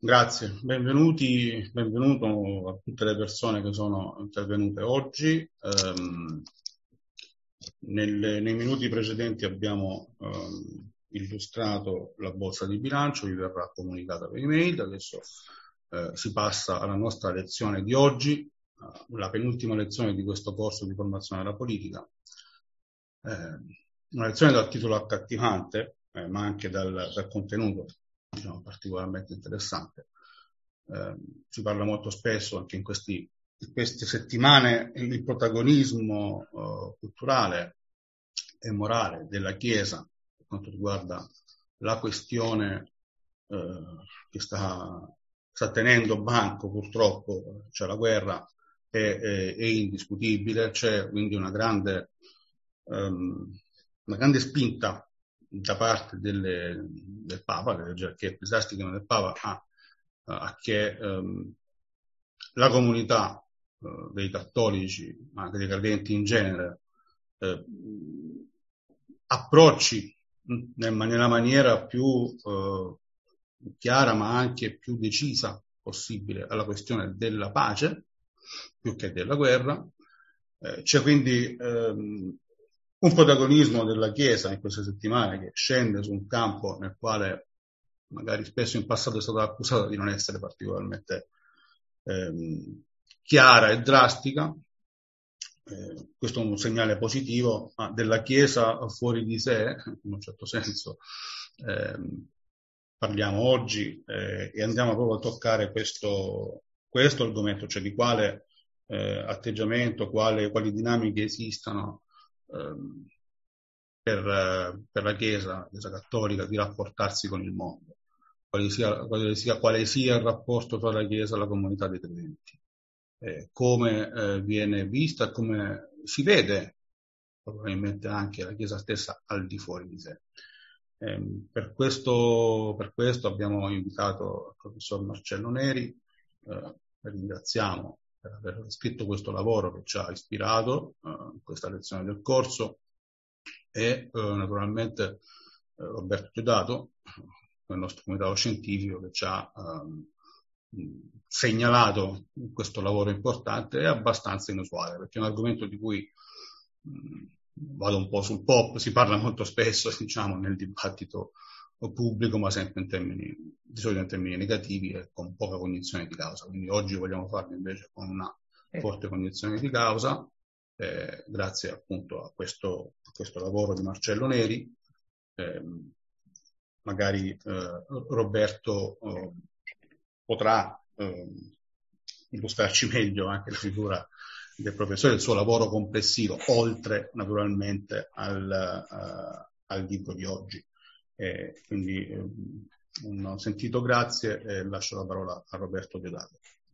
Grazie, benvenuto a tutte le persone che sono intervenute oggi. Nei minuti precedenti abbiamo illustrato la bozza di bilancio, vi verrà comunicata per email. Adesso si passa alla nostra lezione di oggi, la penultima lezione di questo corso di formazione della politica. Una lezione dal titolo accattivante, ma anche dal contenuto, diciamo, particolarmente interessante. Si parla molto spesso anche in queste settimane il protagonismo culturale e morale della Chiesa per quanto riguarda la questione che sta tenendo banco, purtroppo, cioè la guerra è indiscutibile. C'è quindi una grande spinta da parte del Papa, delle gerarchie ecclesiastiche del Papa, a che la comunità dei cattolici, ma anche dei credenti in genere, approcci nella maniera più chiara ma anche più decisa possibile alla questione della pace più che della guerra. C'è quindi un protagonismo della Chiesa in queste settimane che scende su un campo nel quale magari spesso in passato è stata accusata di non essere particolarmente chiara e drastica. Questo è un segnale positivo, ma della Chiesa fuori di sé, in un certo senso, parliamo oggi e andiamo proprio a toccare questo argomento, cioè di quale atteggiamento, quali dinamiche esistano per la Chiesa cattolica di rapportarsi con il mondo, quale sia il rapporto tra la Chiesa e la comunità dei credenti, come viene vista, come si vede probabilmente anche la Chiesa stessa al di fuori di sé. Per questo abbiamo invitato il professor Marcello Neri, ringraziamo per aver scritto questo lavoro che ci ha ispirato in questa lezione del corso, e naturalmente Roberto Diodato, il nostro comitato scientifico, che ci ha segnalato questo lavoro importante e abbastanza inusuale, perché è un argomento di cui vado un po' sul pop, si parla molto spesso, diciamo, nel dibattito pubblico, ma sempre di solito in termini negativi e con poca cognizione di causa. Quindi oggi vogliamo farlo invece con una forte cognizione di causa, grazie appunto a questo lavoro di Marcello Neri. Magari Roberto potrà illustrarci meglio anche la figura del professore, il suo lavoro complessivo, oltre naturalmente al libro di oggi. Quindi un sentito grazie e lascio la parola a Roberto Diodato.